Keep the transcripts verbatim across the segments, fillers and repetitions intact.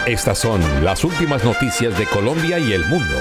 Estas son las últimas noticias de Colombia y el mundo.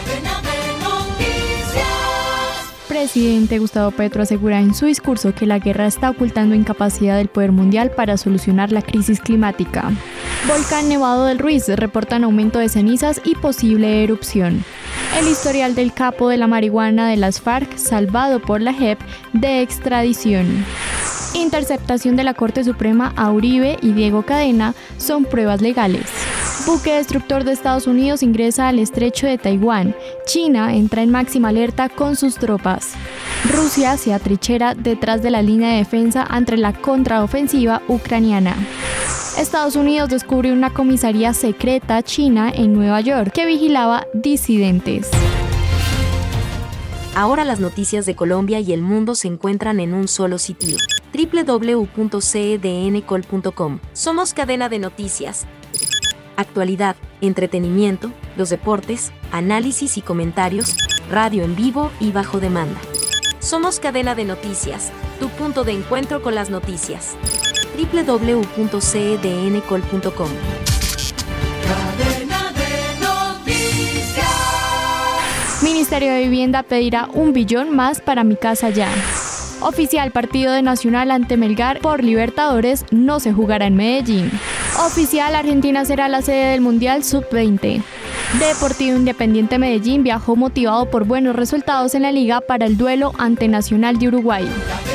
Presidente Gustavo Petro asegura en su discurso que la guerra está ocultando incapacidad del poder mundial para solucionar la crisis climática. Volcán Nevado del Ruiz reportan aumento de cenizas y posible erupción. El historial del capo de la marihuana de las FARC salvado por la J E P de extradición. Interceptación de la Corte Suprema a Uribe y Diego Cadena son pruebas legales. Buque destructor de Estados Unidos ingresa al estrecho de Taiwán. China entra en máxima alerta con sus tropas. Rusia se atrinchera detrás de la línea de defensa ante la contraofensiva ucraniana. Estados Unidos descubre una comisaría secreta china en Nueva York que vigilaba disidentes. Ahora las noticias de Colombia y el mundo se encuentran en un solo sitio. doble u doble u doble u punto c d n col punto com. Somos cadena de noticias. Actualidad, entretenimiento, los deportes, análisis y comentarios, radio en vivo y bajo demanda. Somos cadena de noticias, tu punto de encuentro con las noticias. doble u doble u doble u punto c d n col punto com. Ministerio de Vivienda pedirá un billón más para Mi Casa Ya. Oficial, partido de Nacional ante Melgar por Libertadores no se jugará en Medellín. Oficial, Argentina será la sede del Mundial sub veinte. Deportivo Independiente Medellín viajó motivado por buenos resultados en la liga para el duelo ante Nacional de Uruguay.